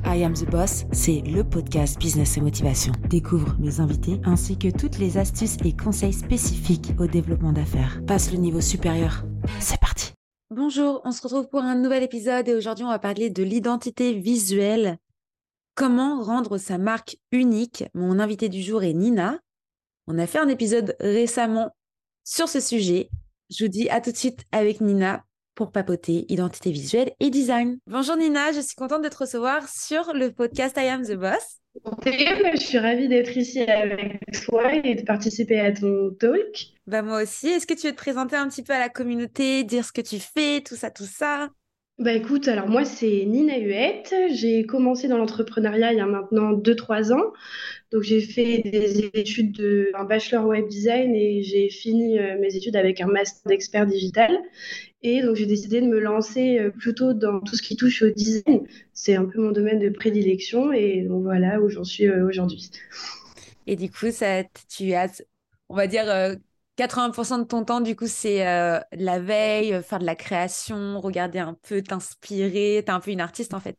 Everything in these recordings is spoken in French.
I Am The Boss, c'est le podcast Business et Motivation. Découvre mes invités ainsi que toutes les astuces et conseils spécifiques au développement d'affaires. Passe le niveau supérieur. C'est parti. Bonjour, on se retrouve pour un nouvel épisode et aujourd'hui on va parler de l'identité visuelle. Comment rendre sa marque unique? Mon invité du jour est Nina. On a fait un épisode récemment sur ce sujet. Je vous dis à tout de suite avec Nina pour papoter identité visuelle et design. Bonjour Nina, je suis contente de te recevoir sur le podcast I Am The Boss. Je suis ravie d'être ici avec toi et de participer à ton talk. Moi aussi, est-ce que tu veux te présenter un petit peu à la communauté, dire ce que tu fais, tout ça, tout ça? Écoute, alors moi c'est Nina Huette, j'ai commencé dans l'entrepreneuriat il y a maintenant 2-3 ans. Donc j'ai fait des études un bachelor web design et j'ai fini mes études avec un master d'expert digital. Et donc j'ai décidé de me lancer plutôt dans tout ce qui touche au design. C'est un peu mon domaine de prédilection et donc voilà où j'en suis aujourd'hui. Et du coup, tu as, on va dire, 80% de ton temps, du coup, c'est la veille, faire de la création, regarder un peu, t'inspirer. T'es un peu une artiste, en fait.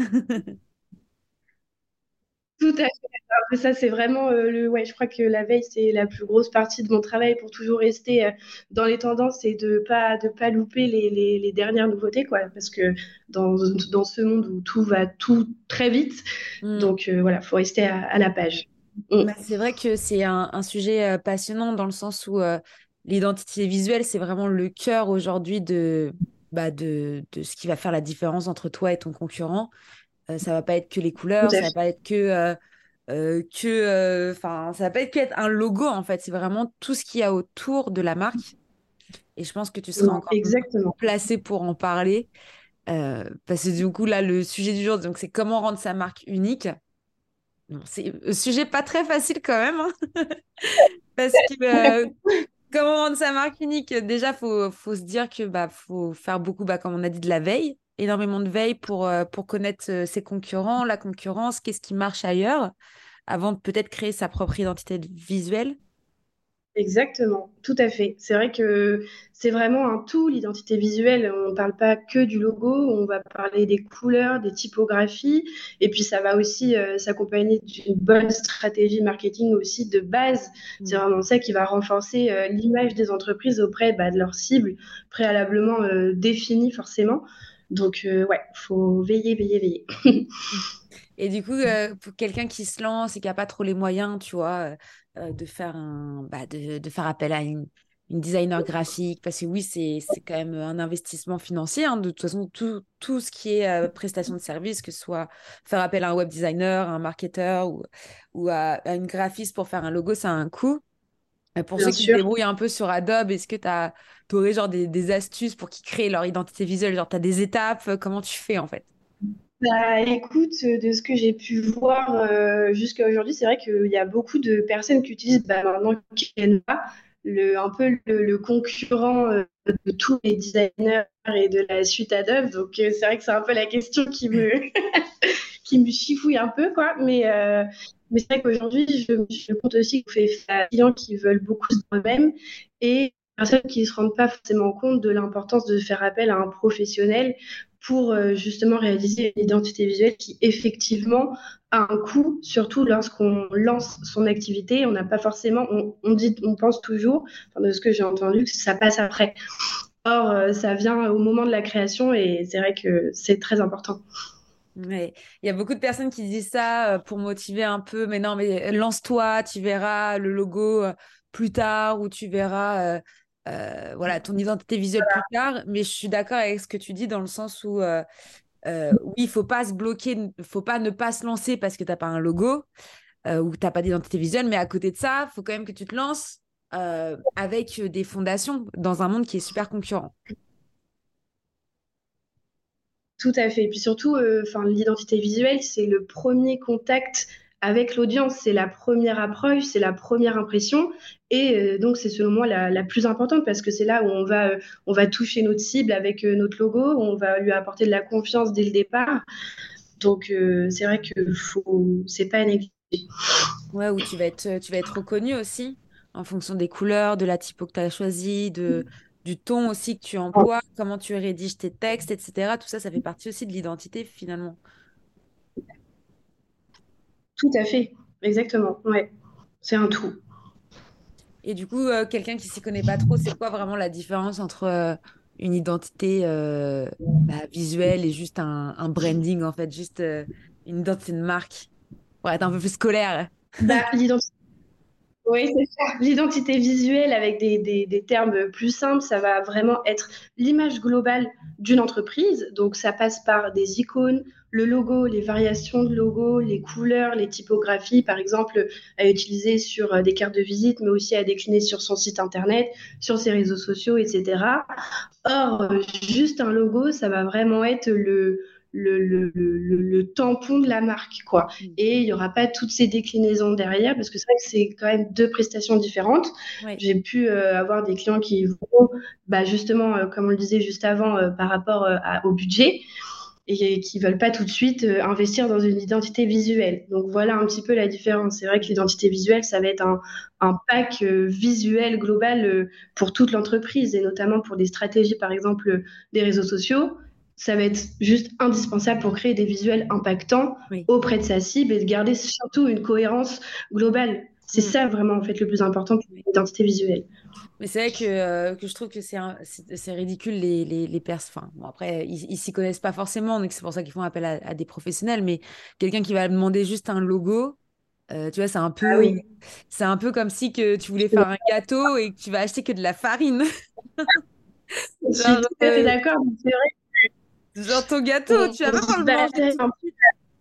Tout à fait. Après ça, c'est vraiment ouais, je crois que la veille, c'est la plus grosse partie de mon travail pour toujours rester dans les tendances et de pas louper les dernières nouveautés, quoi. Parce que dans ce monde où tout va tout très vite, Mm. donc voilà, faut rester à la page. Mm. C'est vrai que c'est un sujet passionnant dans le sens où l'identité visuelle, c'est vraiment le cœur aujourd'hui de ce qui va faire la différence entre toi et ton concurrent. Ça va pas être que les Tout couleurs, à ça va fait. pas être ça va pas être que être un logo en fait. C'est vraiment tout ce qu'il y a autour de la marque. Et je pense que tu seras encore mieux Exactement. placé pour en parler. Parce que du coup, là, le sujet du jour, donc, c'est comment rendre sa marque unique. Bon, c'est un sujet pas très facile quand même, hein, parce que comment rendre sa marque unique? Déjà, faut se dire que faut faire beaucoup, comme on a dit, de la veille, énormément de veille pour connaître ses concurrents, la concurrence, qu'est-ce qui marche ailleurs, avant de peut-être créer sa propre identité visuelle. Exactement, tout à fait. C'est vrai que c'est vraiment un tout, l'identité visuelle. On ne parle pas que du logo, on va parler des couleurs, des typographies, et puis ça va aussi s'accompagner d'une bonne stratégie marketing aussi de base. C'est Mm. vraiment ça qui va renforcer l'image des entreprises auprès de leurs cibles préalablement définies forcément. Donc ouais, faut veiller, veiller, veiller. Et du coup, pour quelqu'un qui se lance et qui n'a pas trop les moyens, tu vois, de faire de faire appel à une designer graphique, parce que oui, c'est quand même un investissement financier, hein. De toute façon, tout ce qui est prestation de service, que ce soit faire appel à un web designer, à un marketeur ou à une graphiste pour faire un logo, ça a un coût. Pour Bien ceux qui se sûr. débrouillent un peu sur Adobe, est-ce que tu aurais genre des astuces pour qu'ils créent leur identité visuelle? Genre, tu as des étapes, comment tu fais en fait? Écoute, de ce que j'ai pu voir jusqu'à aujourd'hui, c'est vrai qu'il y a beaucoup de personnes qui utilisent maintenant Canva, un peu le concurrent de tous les designers et de la suite Adobe. Donc, c'est vrai que c'est un peu la question qui me chifouille un peu, quoi. Mais c'est vrai qu'aujourd'hui, je compte aussi qu'on fait face à des clients qui veulent beaucoup de eux-mêmes et des personnes qui ne se rendent pas forcément compte de l'importance de faire appel à un professionnel pour justement réaliser une identité visuelle qui effectivement a un coût, surtout lorsqu'on lance son activité. On n'a pas forcément, on pense toujours, enfin, de ce que j'ai entendu, que ça passe après. Or, ça vient au moment de la création et c'est vrai que c'est très important. Ouais. Il y a beaucoup de personnes qui disent ça pour motiver un peu, mais non, mais lance-toi, tu verras le logo plus tard ou tu verras voilà, ton identité visuelle plus tard. Mais je suis d'accord avec ce que tu dis dans le sens où oui, il faut pas se bloquer, faut pas ne pas se lancer parce que t'as pas un logo ou t'as pas d'identité visuelle, mais à côté de ça, faut quand même que tu te lances avec des fondations dans un monde qui est super concurrent. Tout à fait. Et puis surtout, l'identité visuelle, c'est le premier contact avec l'audience, c'est la première approche, c'est la première impression. Et donc, c'est selon moi la plus importante parce que c'est là où on va toucher notre cible avec notre logo, on va lui apporter de la confiance dès le départ. Donc, c'est vrai que c'est pas à négliger. Ouais, où tu vas être reconnu aussi en fonction des couleurs, de la typo que tu as choisi, du ton aussi que tu emploies, comment tu rédiges tes textes, etc. Tout ça, ça fait partie aussi de l'identité finalement. Tout à fait, exactement. Ouais, c'est un tout. Et du coup, quelqu'un qui s'y connaît pas trop, c'est quoi vraiment la différence entre une identité visuelle et juste un branding, en fait, juste une identité de marque, pour être un peu plus scolaire. Bah, l'identité. Oui, c'est ça. L'identité visuelle avec des termes plus simples, ça va vraiment être l'image globale d'une entreprise. Donc, ça passe par des icônes, le logo, les variations de logo, les couleurs, les typographies, par exemple, à utiliser sur des cartes de visite, mais aussi à décliner sur son site internet, sur ses réseaux sociaux, etc. Or, juste un logo, ça va vraiment être le tampon de la marque, quoi. Mm. Et il n'y aura pas toutes ces déclinaisons derrière, parce que c'est vrai que c'est quand même deux prestations différentes. Ouais. J'ai pu avoir des clients qui vont, justement, comme on le disait juste avant, par rapport au budget, et qui veulent pas tout de suite investir dans une identité visuelle. Donc voilà un petit peu la différence. C'est vrai que l'identité visuelle, ça va être un pack visuel global pour toute l'entreprise et notamment pour des stratégies, par exemple, des réseaux sociaux. Ça va être juste indispensable pour créer des visuels impactants Oui. auprès de sa cible et de garder surtout une cohérence globale. C'est Mm. ça vraiment en fait le plus important pour l'identité visuelle. Mais c'est vrai que je trouve que c'est ridicule les Enfin, bon, après, ils s'y connaissent pas forcément, donc c'est pour ça qu'ils font appel à des professionnels. Mais quelqu'un qui va demander juste un logo, tu vois, Ah oui, c'est un peu comme si que tu voulais faire un gâteau et que tu vas acheter que de la farine. je suis Genre, tout à fait d'accord. C'est vrai genre ton gâteau, qu'on tu vas pas le manger se tout base. de suite.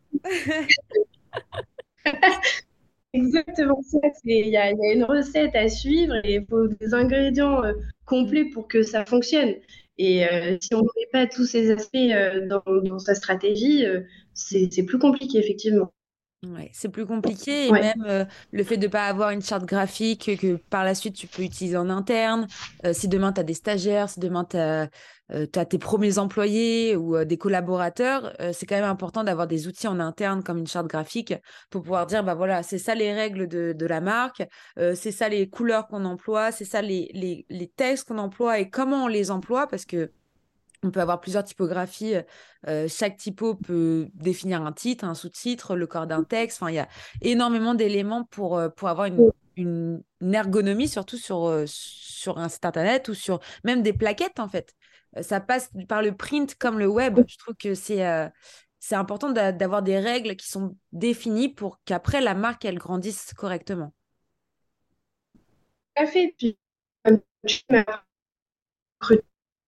Exactement ça. Il y a une recette à suivre et il faut des ingrédients Mm. complets pour que ça fonctionne. Et si on ne met pas tous ces aspects dans sa stratégie, c'est plus compliqué, effectivement. Ouais, c'est plus compliqué et Ouais. même le fait de ne pas avoir une charte graphique que par la suite tu peux utiliser en interne. Si demain tu as des stagiaires, si demain tu as, tes premiers employés ou des collaborateurs, c'est quand même important d'avoir des outils en interne comme une charte graphique pour pouvoir dire, bah voilà, c'est ça les règles de la marque, c'est ça les couleurs qu'on emploie, c'est ça les textes qu'on emploie et comment on les emploie parce que on peut avoir plusieurs typographies. Chaque typo peut définir un titre, un sous-titre, le corps d'un texte. Enfin, il y a énormément d'éléments pour avoir une ergonomie, surtout sur un site internet ou sur même des plaquettes, en fait. Ça passe par le print comme le web. Je trouve que c'est important d'avoir des règles qui sont définies pour qu'après, la marque, elle grandisse correctement. Tout à fait. Puis, comme tu m'as recruté,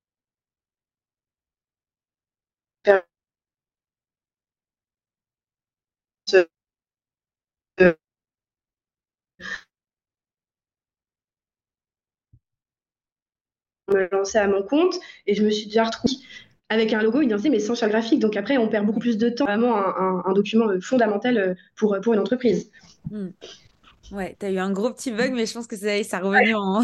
me lancer à mon compte et je me suis déjà retrouvée avec un logo identifié mais sans charte graphique. Donc après, on perd beaucoup Ouais. plus de temps. Vraiment un document fondamental pour une entreprise. Hmm. Ouais, t'as eu un gros petit bug, mais je pense que ça est revenu en.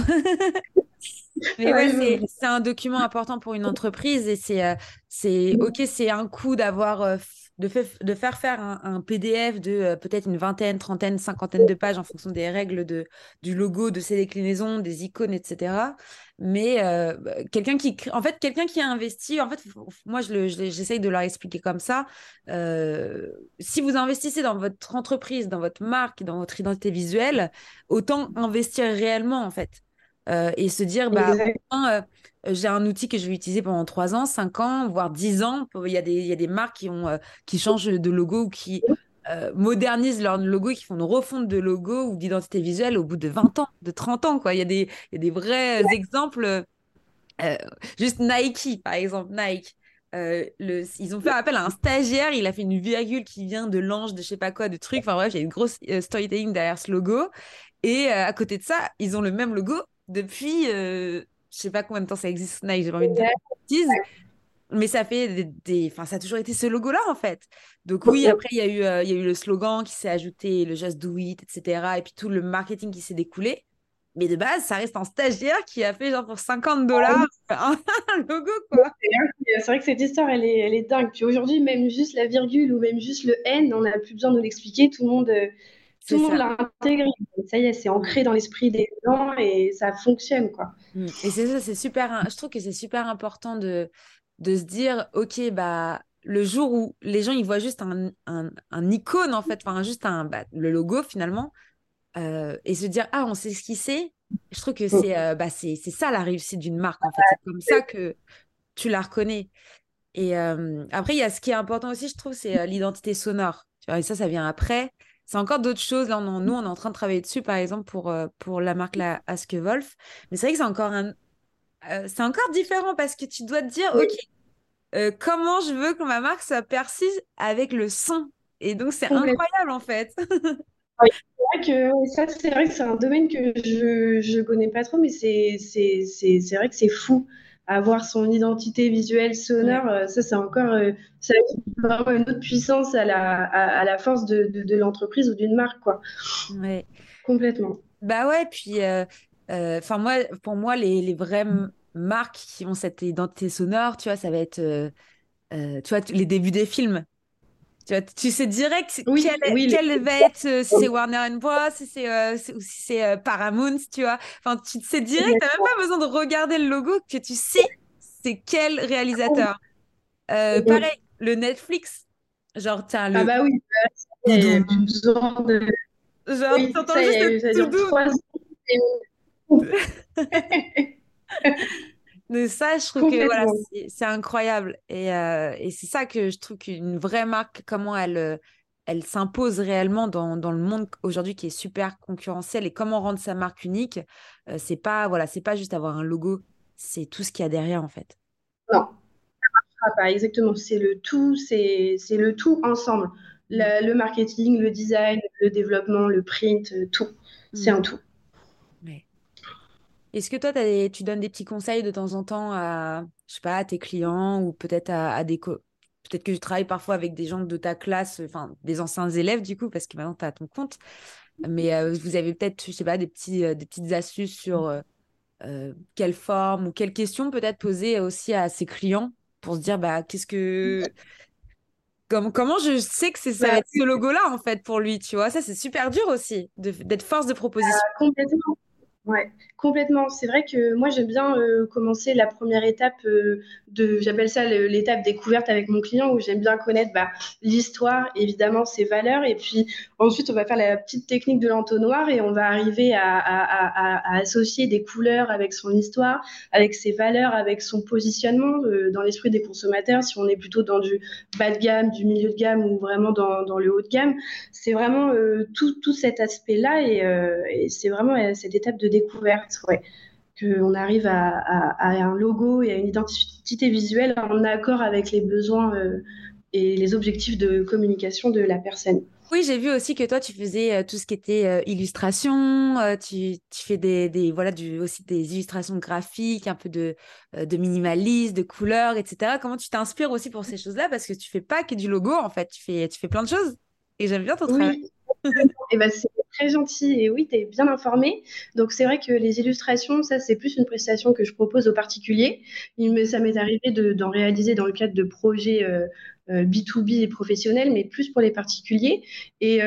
Mais Ouais, ouais, je veux bien. c'est un document important pour une entreprise et c'est OK, c'est un coup d'avoir de faire un PDF de peut-être une vingtaine, trentaine, cinquantaine de pages en fonction des règles du logo, de ses déclinaisons, des icônes, etc. Mais en fait, quelqu'un qui a investi, en fait, moi, j'essaye de leur expliquer comme ça. euh, Si vous investissez dans votre entreprise, dans votre marque, dans votre identité visuelle, autant investir réellement, en fait et se dire, bah, Exact. au moins, j'ai un outil que je vais utiliser pendant 3 ans, 5 ans, voire 10 ans. Il y a des marques qui changent de logo ou qui modernisent leur logo et qui font une refonte de logo ou d'identité visuelle au bout de 20 ans, de 30 ans, quoi. Il y a des vrais exemples. euh, Juste Nike, par exemple, Nike. Ils ont fait appel à un stagiaire, il a fait une virgule qui vient de l'ange de je sais pas quoi, de trucs. Enfin bref, il y a une grosse storytelling derrière ce logo. Et à côté de ça, ils ont le même logo depuis, je sais pas combien de temps ça existe, Nike, j'ai pas envie de dire de bêtises, mais ça fait enfin, ça a toujours été ce logo-là en fait. Donc oui, après il y a eu le slogan qui s'est ajouté, le Just Do It, etc. Et puis tout le marketing qui s'est découlé. Mais de base, ça reste un stagiaire qui a fait genre pour 50 dollars un logo quoi. C'est vrai que cette histoire, elle est dingue. Puis aujourd'hui, même juste la virgule ou même juste le N, on n'a plus besoin de nous l'expliquer. Tout C'est le monde ça. l'a intégré. Ça y est, c'est Mm. ancré dans l'esprit des gens et ça fonctionne, quoi. Et c'est ça, je trouve que c'est super important de se dire, ok, bah le jour où les gens ils voient juste un icône en fait, enfin juste le logo finalement, et se dire ah on sait ce qui c'est, je trouve que c'est ça la réussite d'une marque en fait, c'est comme ça que tu la reconnais. Et après il y a ce qui est important aussi je trouve c'est l'identité sonore. Tu vois, et ça vient après. C'est encore d'autres choses. Là, nous, on est en train de travailler dessus, par exemple, pour la marque la Aske Wolf. Mais c'est vrai que c'est encore différent parce que tu dois te dire, OK, Oui, comment je veux que ma marque soit perçue avec le son. Et donc, c'est complètement. incroyable en fait. Oui, c'est vrai que c'est un domaine que je connais pas trop, mais c'est vrai que c'est fou. Avoir son identité visuelle Ouais. sonore, ça c'est encore ça ajoute vraiment une autre puissance à la force de l'entreprise ou d'une marque, quoi. Ouais. Complètement. Bah ouais, puis enfin pour moi, les vraies marques qui ont cette identité sonore, tu vois, ça va être tu vois, les débuts des films. Tu vois, tu sais direct Oui, oui, quel va être, si c'est Warner Bros, si c'est ou si c'est Paramount, tu vois. Enfin, tu sais direct, t'as même exactement. pas besoin de regarder le logo que tu sais c'est quel réalisateur. Pareil, le Netflix, genre t'as Ah le bah oui, il n'y a toudoum, plus besoin de. genre Oui, t'entends ça, juste le ça dure toudoum. 3 ans. Mais ça, je trouve que voilà, Complètement. c'est incroyable. Et c'est ça que je trouve qu'une vraie marque, comment elle s'impose réellement dans le monde aujourd'hui qui est super concurrentiel et comment rendre sa marque unique, c'est pas juste avoir un logo, c'est tout ce qu'il y a derrière en fait. Non, pas exactement. C'est le tout, c'est le tout ensemble. Mm, Le marketing, le design, le développement, le print, tout. C'est mm, un tout. ouais. Est-ce que toi, tu donnes des petits conseils de temps en temps à, je sais pas, à tes clients ou peut-être à peut-être que tu travailles parfois avec des gens de ta classe, enfin des anciens élèves du coup, parce que maintenant tu as ton compte. Mais vous avez peut-être, je sais pas, des petites astuces sur quelle forme ou quelle question peut-être poser aussi à ses clients pour se dire, bah, comment je sais que ça va Bah, être ce logo-là en fait pour lui, tu vois? Ça, c'est super dur aussi d'être force de proposition. complètement. Ouais, complètement. C'est vrai que moi, j'aime bien commencer la première étape j'appelle ça l'étape découverte avec mon client, où j'aime bien connaître l'histoire, évidemment, ses valeurs. Et puis ensuite, on va faire la petite technique de l'entonnoir et on va arriver à associer des couleurs avec son histoire, avec ses valeurs, avec son positionnement dans l'esprit des consommateurs, si on est plutôt dans du bas de gamme, du milieu de gamme ou vraiment dans le haut de gamme. C'est vraiment tout cet aspect-là et c'est vraiment cette étape de découverte, ouais, qu'on arrive à un logo et à une identité visuelle en accord avec les besoins et les objectifs de communication de la personne. Oui, j'ai vu aussi que toi, tu faisais tout ce qui était illustration, tu fais voilà, aussi des illustrations graphiques, un peu de minimalisme, de couleurs, etc. Comment tu t'inspires aussi pour ces choses-là? Parce que tu fais pas que du logo, en fait, tu fais plein de choses. Et j'aime bien ton travail. Oui, et ben, c'est très gentil et oui, tu es bien informé. Donc c'est vrai que les illustrations, ça c'est plus une prestation que je propose aux particuliers. Ça m'est arrivé d'en réaliser dans le cadre de projets B2B et professionnels, mais plus pour les particuliers. Et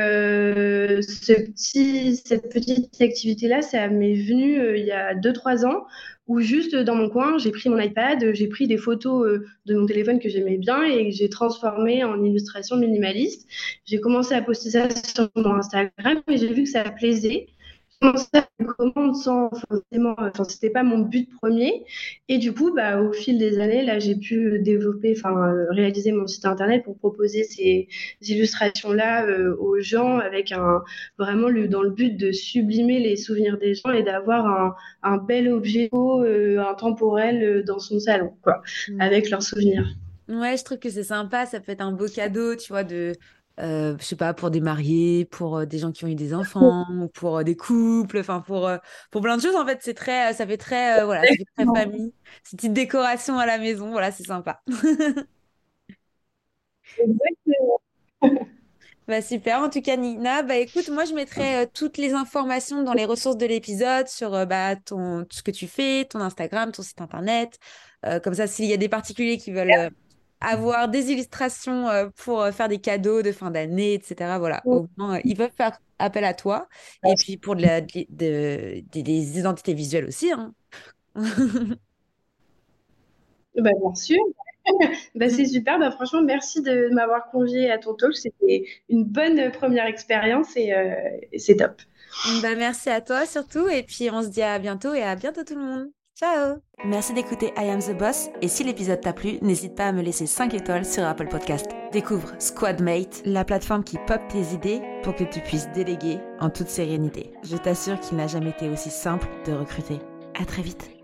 cette petite activité-là, ça m'est venu il y a 2 3 ans, où juste dans mon coin, j'ai pris mon iPad, j'ai pris des photos de mon téléphone que j'aimais bien et que j'ai transformé en illustration minimaliste. J'ai commencé à poster ça sur mon Instagram et j'ai vu que ça plaisait. J'ai commencé à faire des commandes sans forcément, enfin, c'était pas mon but premier. Et du coup, au fil des années, là, j'ai pu développer, réaliser mon site internet pour proposer ces illustrations-là aux gens avec vraiment dans le but de sublimer les souvenirs des gens et d'avoir un bel objet intemporel dans son salon, quoi, Mm. avec leurs souvenirs. Ouais, je trouve que c'est sympa. Ça peut être un beau cadeau, tu vois, je sais pas, pour des mariés, pour des gens qui ont eu des enfants, ou pour des couples, enfin, pour plein de choses. En fait, ça fait très, voilà, ça fait très Exactement. famille. Ces petites décorations à la maison, voilà, c'est sympa. Exactement. Bah super, en tout cas Nina, bah écoute, moi je mettrai toutes les informations dans les ressources de l'épisode sur ce que tu fais, ton Instagram, ton site internet. Comme ça, s'il y a des particuliers qui veulent avoir des illustrations pour faire des cadeaux de fin d'année, etc. Voilà, au moins ils peuvent faire appel à toi. Et puis pour des identités visuelles aussi, hein. Bien sûr. Bah, c'est super. Bah, franchement, merci de m'avoir convié à ton talk. C'était une bonne première expérience et c'est top. Bah, merci à toi surtout et puis on se dit à bientôt et à bientôt tout le monde. Ciao. Merci d'écouter I Am The Boss et si l'épisode t'a plu, n'hésite pas à me laisser 5 étoiles sur Apple Podcast. Découvre Squadmate, la plateforme qui pop tes idées pour que tu puisses déléguer en toute sérénité. Je t'assure qu'il n'a jamais été aussi simple de recruter. À très vite.